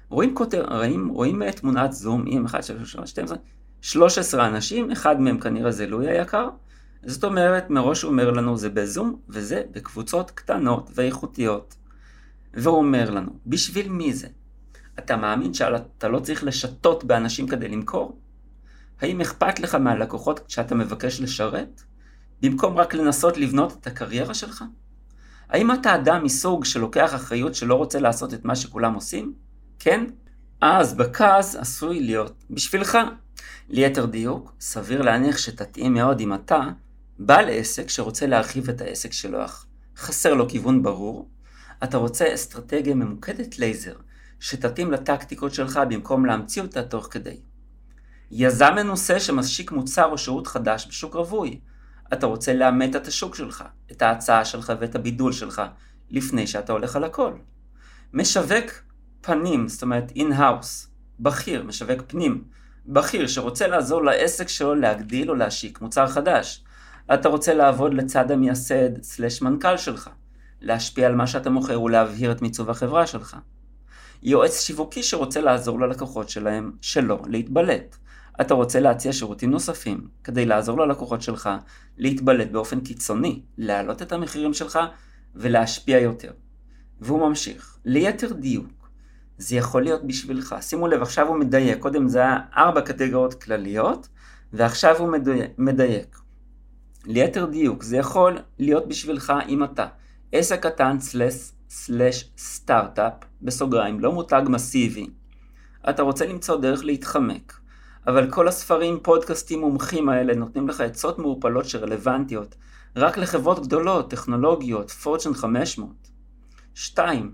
רואים תמונת זום עם 1, 3, 12, 13 אנשים, אחד מהם כנראה זה לואי היקר, זאת אומרת מראש הוא אומר לנו זה בזום וזה בקבוצות קטנות ואיכותיות. והוא אומר לנו, בשביל מי זה? אתה מאמין שאתה לא צריך לשתות באנשים כדי למכור? האם אכפת לך מהלקוחות שאתה מבקש לשרת? במקום רק לנסות לבנות את הקריירה שלך? האם אתה אדם מסוג שלוקח אחריות שלא רוצה לעשות את מה שכולם עושים? כן? אז בכעס עשוי להיות בשבילך. ליתר דיוק, סביר להניח שתתאים מאוד אם אתה בעל עסק שרוצה להרחיב את העסק שלו, אך חסר לו כיוון ברור. אתה רוצה אסטרטגיה ממוקדת לייזר, שתתאים לטקטיקות שלך במקום להמציא אותה תוך כדי. יזם מנוסה שמשיק מוצר או שירות חדש בשוק רווי. אתה רוצה לאמת את השוק שלך, את ההצעה שלך ואת הבידול שלך, לפני שאתה הולך על הכל. משווק פנים, זאת אומרת in-house, בכיר, משווק פנים, בכיר שרוצה לעזור לעסק שלו להגדיל או להשיק מוצר חדש. אתה רוצה לעבוד לצד המייסד/מנכ"ל שלך, להשפיע על מה שאתה מוכר ולהבהיר את מיצוב החברה שלך. יועץ שיווקי שרוצה לעזור ללקוחות שלו להתבלט. אתה רוצה להציע שירותים נוספים כדי לעזור ללקוחות שלך להתבלט באופן קיצוני, להעלות את המחירים שלך ולהשפיע יותר. והוא ממשיך, ליתר דיוק, זה יכול להיות בשבילך. שימו לב, עכשיו הוא מדייק, קודם זה היה 4 קטגוריות כלליות, ועכשיו הוא מדייק. ליתר דיוק, זה יכול להיות בשבילך אם אתה עסק קטן סטארט-אפ, בסוגריים, לא מותג מסיבי. אתה רוצה למצוא דרך להתחמק, אבל כל הספרים, פודקאסטים, מומחים האלה נותנים לך עצות מעורפלות שרלוונטיות, רק לחברות גדולות, טכנולוגיות, פורצ'ן 500. 2.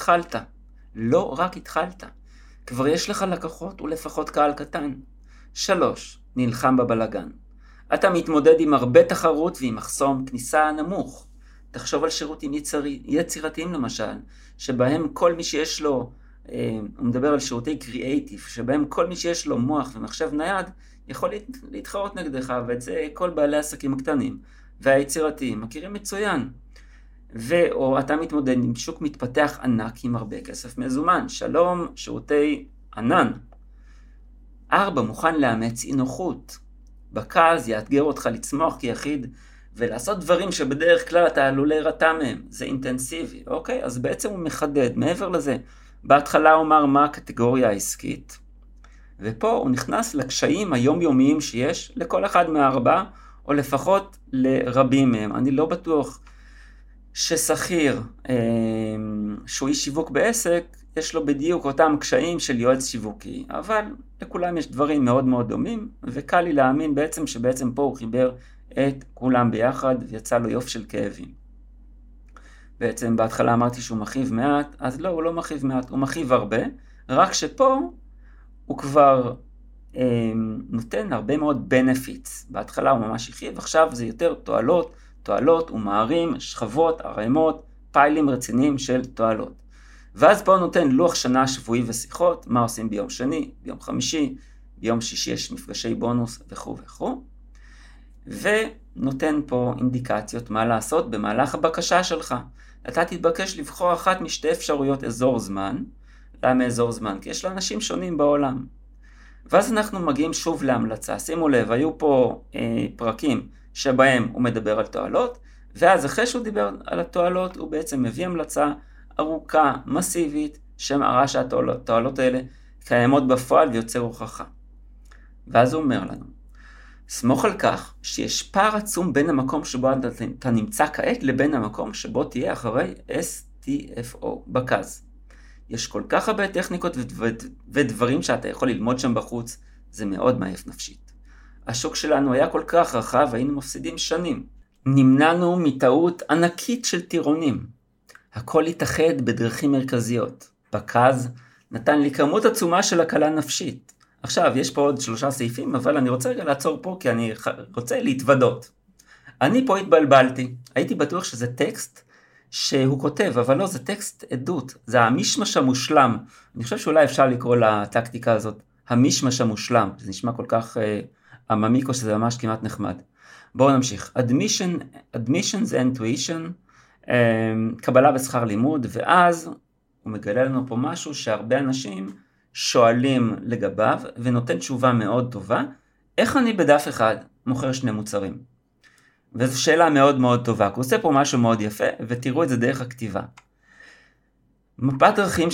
לא רק התחלת. כבר יש לך לקוחות ולפחות קהל קטן. 3. נלחם בבלגן. אתה מתמודד עם הרבה תחרות ועם מחסום כניסה נמוך. תחשוב על שירותים יצירתיים למשל, שבהם כל מי שיש לו, הוא מדבר על שירותי קריאייטיב, שבהם כל מי שיש לו מוח ומחשב נייד, יכול להתחרות נגדך, ואת זה כל בעלי העסקים הקטנים והיצירתיים מכירים מצוין. או אתה מתמודד עם שוק מתפתח ענק עם הרבה כסף מזומן. שלום, שירותי ענן. 4. מוכן לאמץ אי-נוחות. בכעס יאתגר אותך לצמוח כיחיד ולעשות דברים שבדרך כלל אתה עלול להירתע מהם. זה אינטנסיבי. אוקיי? אז בעצם הוא מחדד. מעבר לזה, בהתחלה הוא אומר מה הקטגוריה העסקית, ופה הוא נכנס לקשיים היומיומיים שיש לכל אחד מה4, או לפחות לרבים מהם. אני לא בטוח ששכיר, שהוא איש שיווק בעסק, יש לו בדיוק אותם קשיים של יועץ שיווקי, אבל לכולם יש דברים מאוד מאוד דומים, וקל לי להאמין בעצם שבעצם פה הוא חיבר את כולם ביחד, ויצא לו יופי של כאבים. בעצם בהתחלה אמרתי שהוא מכיב מעט, אז לא, הוא לא מכיב מעט, הוא מכיב הרבה, רק שפה הוא כבר נותן הרבה מאוד benefits. בהתחלה הוא ממש יחיד, עכשיו זה יותר תועלות ומערים, שכבות, ערימות, פיילים רציניים של תועלות. ואז פה נותן לוח שנה שבועי ושיחות, מה עושים ביום שני, ביום חמישי, ביום שישי יש מפגשי בונוס וכו' וכו'. ונותן פה אינדיקציות מה לעשות במהלך הבקשה שלך. אתה תתבקש לבחור אחת משתי אפשרויות אזור זמן. למה אזור זמן? כי יש לאנשים שונים בעולם. ואז אנחנו מגיעים שוב להמלצה. שימו לב, היו פה פרקים שבהם הוא מדבר על תועלות, ואז אחרי שהוא דיבר על התועלות, הוא בעצם מביא המלצה ארוכה, מסיבית, שמראה שהתועלות האלה קיימות בפועל ויוצר הוכחה. ואז הוא אומר לנו, סמוך על כך שיש פער עצום בין המקום שבו אתה נמצא כעת לבין המקום שבו תהיה אחרי STFO בקז. יש כל כך הרבה טכניקות ודברים שאתה יכול ללמוד שם בחוץ, זה מאוד מעייף נפשית. השוק שלנו היה כל כך רחב, היינו מפסידים שנים. נמנענו מטעות ענקית של טירונים. הכל התאחד בדרכים מרכזיות. בקז נתן לי כמות עצומה של הקלה נפשית. עכשיו, יש פה עוד 3 סעיפים, אבל אני רוצה רגע לעצור פה, כי אני רוצה להתוודות. אני פה התבלבלתי. הייתי בטוח שזה טקסט שהוא כותב, אבל לא, זה טקסט עדות. זה המשמש המושלם. אני חושב שאולי אפשר לקרוא לטקטיקה הזאת, המשמש המושלם. זה נשמע כל כך עממי, או שזה ממש כמעט נחמד. בואו נמשיך. Admissions and tuition, קבלה בשכר לימוד, ואז הוא מגלה לנו פה משהו שהרבה אנשים שואלים לגביו, ונותן תשובה מאוד טובה, איך אני בדף אחד מוכר 2 מוצרים? וזו שאלה מאוד מאוד טובה, הוא עושה פה משהו מאוד יפה, ותראו את זה דרך הכתיבה. מפת דרכים,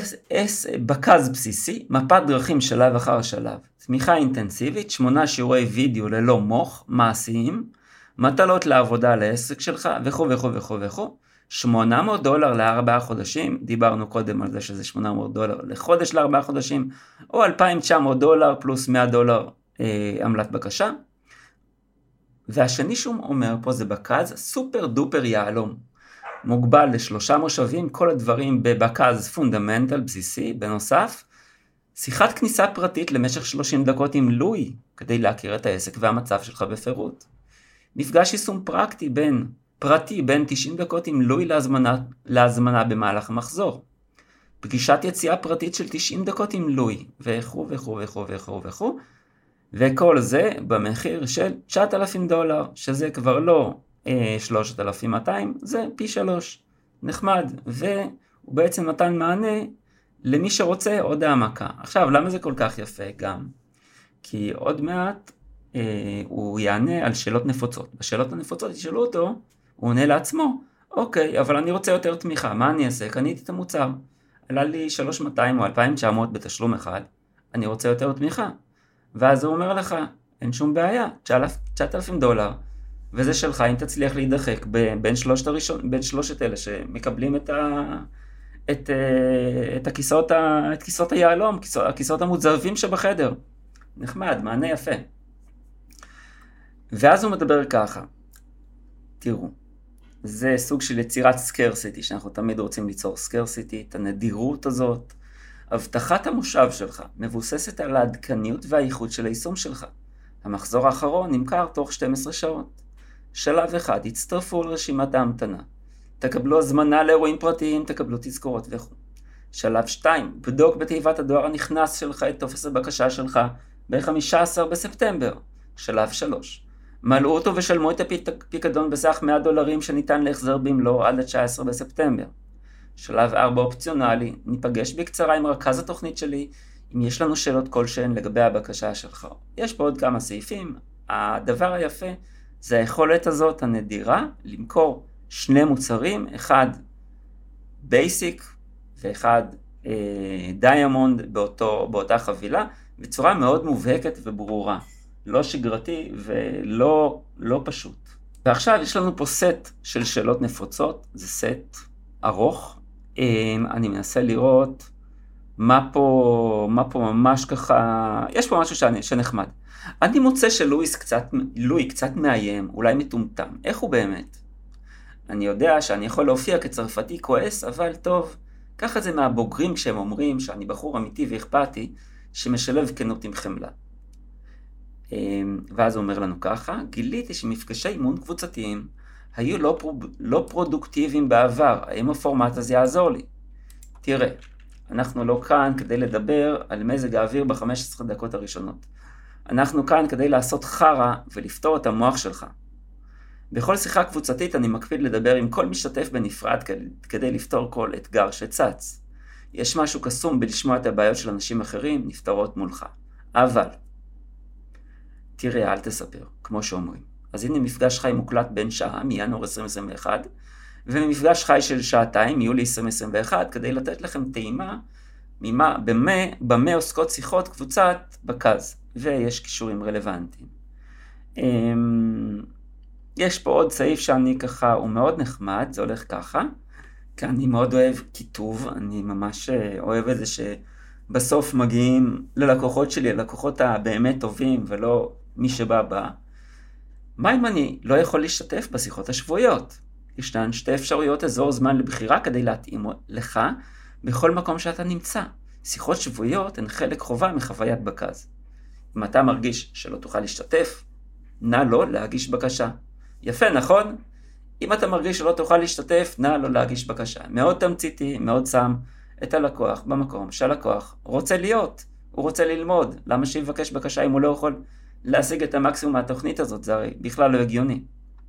בקז בסיסי, מפת דרכים שלב אחר שלב. תמיכה אינטנסיבית, 8 שיעורי וידאו ללא מוח, מעשיים, מטלות לעבודה לעסק שלך, וכו' וכו' וכו' וכו'. $800 ל4 חודשים, דיברנו קודם על זה שזה $800 לחודש ל4 חודשים, או $2,900 פלוס $100 עמלת בקשה. והשני שהוא אומר פה זה בקז, סופר דופר יעלום. מוגבל ל3 מושבים, כל הדברים בבקז פונדמנטל בסיסי, בנוסף, שיחת כניסה פרטית למשך 30 דקות עם לואי, כדי להכיר את העסק והמצב שלך בפירוט. מפגש יישום פרטי בין 90 דקות עם לואי להזמנה במהלך המחזור. פגישת יציאה פרטית של 90 דקות עם לואי, וכו' וכו' וכו' וכו' וכו'. וכל זה במחיר של $9,000, שזה כבר לא 3,200, זה פי 3. נחמד, והוא בעצם נתן מענה למי שרוצה עוד העמקה. עכשיו, למה זה כל כך יפה גם? כי עוד מעט הוא יענה על שאלות נפוצות. בשאלות הנפוצות ישאלו אותו, הוא עונה לעצמו, אוקיי, אבל אני רוצה יותר תמיכה, מה אני אעשה? קניתי את המוצר, עלה לי 3,200 או 2,900 בתשלום אחד, אני רוצה יותר תמיכה. ואז הוא אומר לך, אין שום בעיה, $9,000, וזה שלך אם תצליח להידחק בין שלושת אלה שמקבלים את כיסאות היעלום, הכיסאות המוצבים שבחדר. נחמד, מענה יפה. ואז הוא מדבר ככה, תראו, זה סוג של יצירת סקרסיטי, שאנחנו תמיד רוצים ליצור סקרסיטי, את הנדירות הזאת. הבטחת המושב שלך מבוססת על העדכניות והאיכות של היישום שלך. המחזור האחרון נמכר תוך 12 שעות. שלב 1, הצטרפו לרשימת ההמתנה. תקבלו הזמנה לאירועים פרטיים, תקבלו תזכורות וכו'. שלב 2, בדוק בתיבת הדואר הנכנס שלך את טופס הבקשה שלך ב-15 בספטמבר. שלב 3, מלאו אותו ושלמו את הפיקדון בסך $100 שניתן להחזר במלואו עד ה-19 בספטמבר. שלב 4 אופציונלי, ניפגש בקצרה עם רכז התוכנית שלי, אם יש לנו שאלות כלשהן לגבי הבקשה שלך. יש פה עוד כמה סעיפים, הדבר היפה זה היכולת הזאת הנדירה, למכור 2 מוצרים, אחד בייסיק ואחד דיימונד באותה חבילה, בצורה מאוד מובהקת וברורה. לא שגרתי ולא פשוט. ועכשיו יש לנו פה סט של שאלות נפוצות, זה סט ארוך. אני מנסה לראות מה פה ממש ככה, יש פה משהו שנחמד. אני מוצא שלואי קצת מאיים, אולי מטומטם. איך הוא באמת? אני יודע שאני יכול להופיע כצרפתי כועס, אבל טוב, ככה זה מהבוגרים כשהם אומרים שאני בחור אמיתי ואכפתי, שמשלב כנות עם חמלה. ואז הוא אומר לנו ככה, גיליתי שמפגשי אימון קבוצתיים היו לא פרודוקטיביים בעבר, האם הפורמט הזה יעזור לי? תראה, אנחנו לא כאן כדי לדבר על מזג האוויר ב-15 דקות הראשונות. אנחנו כאן כדי לעשות חרה ולפתור את המוח שלך. בכל שיחה קבוצתית אני מקפיד לדבר עם כל משתתף בנפרד כדי לפתור כל אתגר שצץ. יש משהו קסום בלשמוע את הבעיות של אנשים אחרים נפתרות מולך. אבל, תראה, אל תספר, כמו שאומרים. אז הנה מפגש חי מוקלט בין שעה מינואר 2021, ומפגש חי של שעתיים מיולי 2021, כדי לתת לכם טעימה במה עוסקות שיחות קבוצת בקז, ויש קישורים רלוונטיים. יש פה עוד סעיף שאני ככה, הוא מאוד נחמד, זה הולך ככה, כי אני מאוד אוהב כיתוב, אני ממש אוהב את זה שבסוף מגיעים ללקוחות שלי, הלקוחות הבאמת טובים ולא מי שבא. מה אם אני לא יכול להשתתף בשיחות השבועיות? ישנן שתי אפשרויות אזור זמן לבחירה כדי להתאים לך בכל מקום שאתה נמצא. שיחות שבועיות הן חלק חובה מחוויית בקז. אם אתה מרגיש שלא תוכל להשתתף, נא לא להגיש בקשה. יפה, נכון? אם אתה מרגיש שלא תוכל להשתתף, נא לא להגיש בקשה. מאוד תמציתי, מאוד שם את הלקוח במקום שהלקוח רוצה להיות. הוא רוצה ללמוד. למה שיבקש בקשה אם הוא לא יכול להשיג את המקסימום מהתוכנית הזאת? זה הרי בכלל לא הגיוני.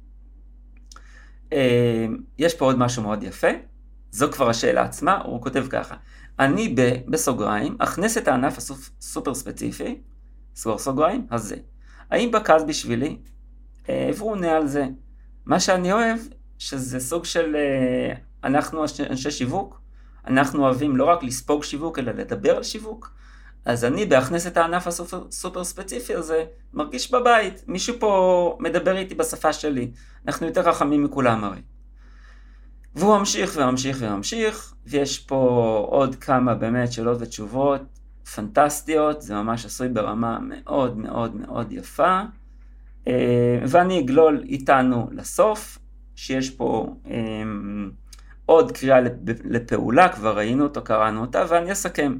יש פה עוד משהו מאוד יפה. זו כבר השאלה עצמה. הוא כותב ככה. אני בסוגריים, אכנס את הענף הסופר ספציפי, סגור סוגריים, הזה. האם בקז בשבילי? והוא עונה על זה. מה שאני אוהב, שזה סוג של, אנחנו אנשי שיווק, אנחנו אוהבים לא רק לספוג שיווק, אלא לדבר על שיווק. אז אני בהכנס את הענף הסופר ספציפי הזה, מרגיש בבית. מישהו פה מדבר איתי בשפה שלי. אנחנו יותר חכמים מכולם הרי. והוא ממשיך וממשיך וממשיך, ויש פה עוד כמה באמת שאלות ותשובות פנטסטיות, זה ממש עשוי ברמה מאוד מאוד מאוד יפה. ואני אגלול איתנו לסוף, שיש פה עוד קריאה לפעולה, כבר ראינו אותו, קראנו אותה, ואני אסכם.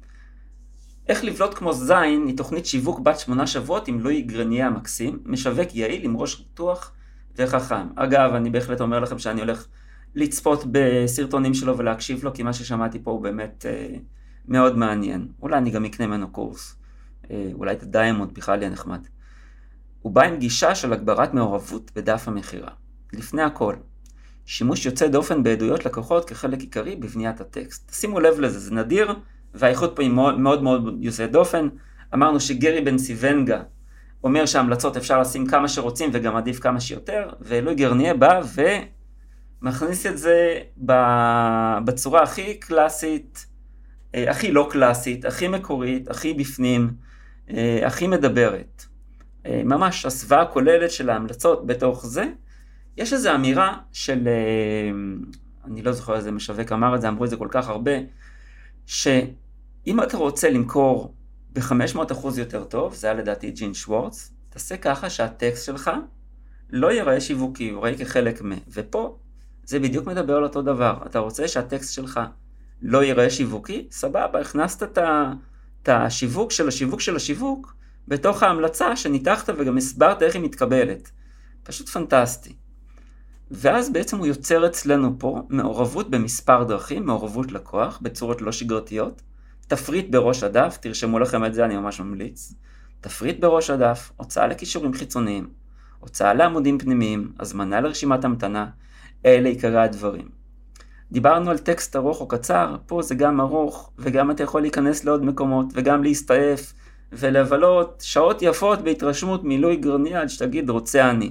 איך לבלוט כמו זין היא תוכנית שיווק בת 8 שבועות עם לואי גרניה המקסים, משווק יעיל עם ראש פתוח וחכם. אגב, אני בהחלט אומר לכם שאני הולך לצפות בסרטונים שלו ולהקשיב לו, כי מה ששמעתי פה הוא באמת מאוד מעניין. אולי אני גם אקנה ממנו קורס, אולי את הדיימונד בכלל יהיה נחמד. הוא בא עם גישה של הגברת מעורבות בדף המחירה. לפני הכל, שימוש יוצא דופן בעדויות לקוחות כחלק עיקרי בבניית הטקסט. שימו לב לזה, זה נדיר, והאיכות פה היא מאוד מאוד, מאוד יוצא דופן. אמרנו שגרי בן סיבנגה אומר שההמלצות אפשר לשים כמה שרוצים וגם עדיף כמה שיותר, ולואי גרניה בא ומכניס את זה בצורה הכי קלאסית, הכי לא קלאסית, הכי מקורית, הכי בפנים, הכי מדברת. ממש הסוואה כוללת של ההמלצות בתוך זה. יש איזו אמירה של, אני לא זוכר איזה משווק אמר את זה, אמרו את זה כל כך הרבה, שאם אתה רוצה למכור ב-500% יותר טוב, זה היה לדעתי ג'ין שוורץ, תעשה ככה שהטקסט שלך לא ייראה שיווקי, הוא ייראה כחלק ופה זה בדיוק מדבר על אותו דבר. אתה רוצה שהטקסט שלך לא ייראה שיווקי? סבבה, הכנסת את השיווק של השיווק של השיווק, בתוך ההמלצה שניתחת וגם הסברת איך היא מתקבלת. פשוט פנטסטי. ואז בעצם הוא יוצר אצלנו פה מעורבות במספר דרכים, מעורבות לקוח בצורות לא שגרתיות, תפריט בראש הדף, תרשמו לכם את זה, אני ממש ממליץ, תפריט בראש הדף, הוצאה לקישורים חיצוניים, הוצאה לעמודים פנימיים, הזמנה לרשימת המתנה, אלה עיקרי הדברים. דיברנו על טקסט ארוך או קצר, פה זה גם ארוך, וגם אתה יכול להיכנס לעוד מקומות, וגם להסתעף, ולבלות שעות יפות בהתרשמות מלואי גרניה עד שתגיד רוצה אני.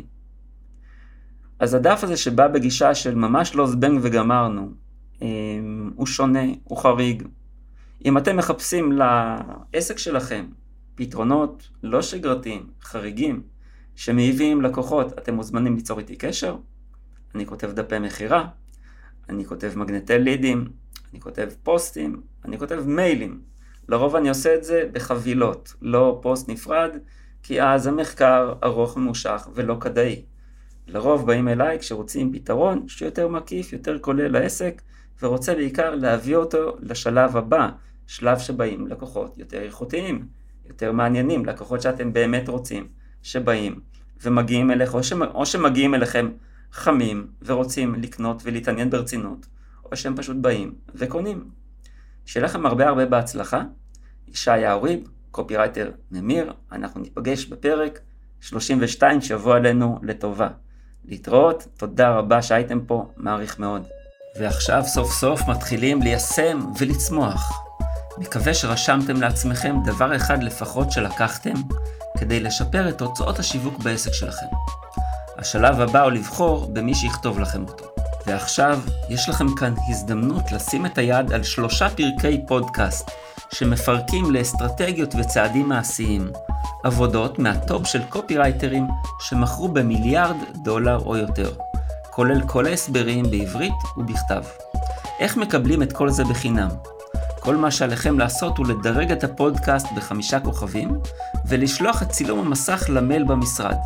אז הדף הזה שבא בגישה של ממש לא זבנג וגמרנו, הוא שונה, הוא חריג. אם אתם מחפשים לעסק שלכם פתרונות לא שגרתיים, חריגים, שמעיבים לקוחות, אתם מוזמנים ליצור איתי קשר. אני כותב דפי מחירה, אני כותב מגנטי לידים, אני כותב פוסטים, אני כותב מיילים. לרוב אני עושה את זה בחבילות, לא פוסט נפרד, כי אז המחקר ארוך ממושך ולא כדאי. לרוב באים אליי כשרוצים פתרון שיותר מקיף, יותר כולל לעסק, ורוצה בעיקר להביא אותו לשלב הבא, שלב שבאים לקוחות יותר איכותיים, יותר מעניינים, לקוחות שאתם באמת רוצים, שבאים ומגיעים אליך, או שמגיעים אליכם חמים ורוצים לקנות ולהתעניין ברצינות, או שהם פשוט באים וקונים. שיהיה לכם הרבה בהצלחה. ישעיהו ריב, קופירייטר ממיר, אנחנו ניפגש בפרק 32 שבוע עלינו לטובה. להתראות, תודה רבה שהייתם פה, מעריך מאוד. ועכשיו סוף סוף מתחילים ליישם ולצמוח. מקווה שרשמתם לעצמכם דבר אחד לפחות שלקחתם כדי לשפר את תוצאות השיווק בעסק שלכם. השלב הבא הוא לבחור במי שיכתוב לכם אותו. ועכשיו יש לכם כאן הזדמנות לשים את היד על 3 פרקי פודקאסט שמפרקים לאסטרטגיות וצעדים מעשיים, עבודות מהטופ של קופירייטרים שמכרו $1,000,000,000 או יותר, כולל כל ההסברים בעברית ובכתב. איך מקבלים את כל זה בחינם? כל מה שעליכם לעשות הוא לדרג את הפודקאסט ב5 כוכבים, ולשלוח את צילום המסך למייל במשרד,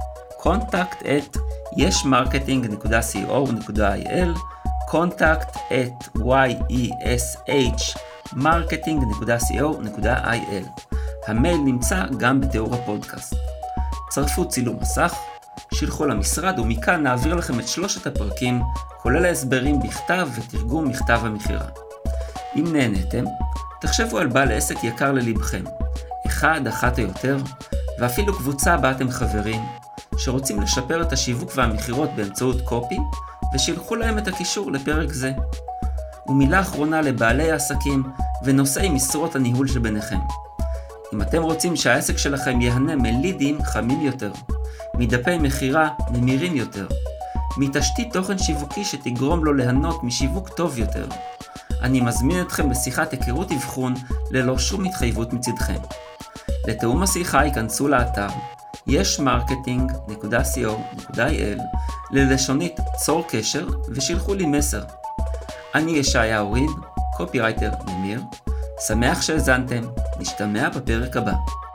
contact@yesmarketing.co.il, contact@yesmarketing.co.il. המייל נמצא גם בתיאור הפודקאסט. צרפו צילום מסך, שילחו למשרד ומכאן נעביר לכם את 3 הפרקים, כולל ההסברים בכתב ותרגום מכתב המכירה. אם נהניתם, תחשבו על בעל עסק יקר ללבכם, אחת או יותר, ואפילו קבוצה בה אתם חברים, שרוצים לשפר את השיווק והמכירות באמצעות קופי, ושילחו להם את הקישור לפרק זה. ומילה אחרונה לבעלי העסקים ונושאי משרות הניהול שביניכם. אם אתם רוצים שהעסק שלכם יהנה מלידים חמים יותר, מדפי מחירה ממירים יותר, מתשתית תוכן שיווקי שתגרום לו ליהנות משיווק טוב יותר, אני מזמין אתכם לשיחת היכרות אבחון ללא שום התחייבות מצדכם. לתאום השיחה ייכנסו לאתר yesmarketing.co.il ללשונית צור קשר ושילחו לי מסר. אני ישעיהו ריב, קופירייטר ממיר, שמח שהזנתם, נשתמע בפרק הבא.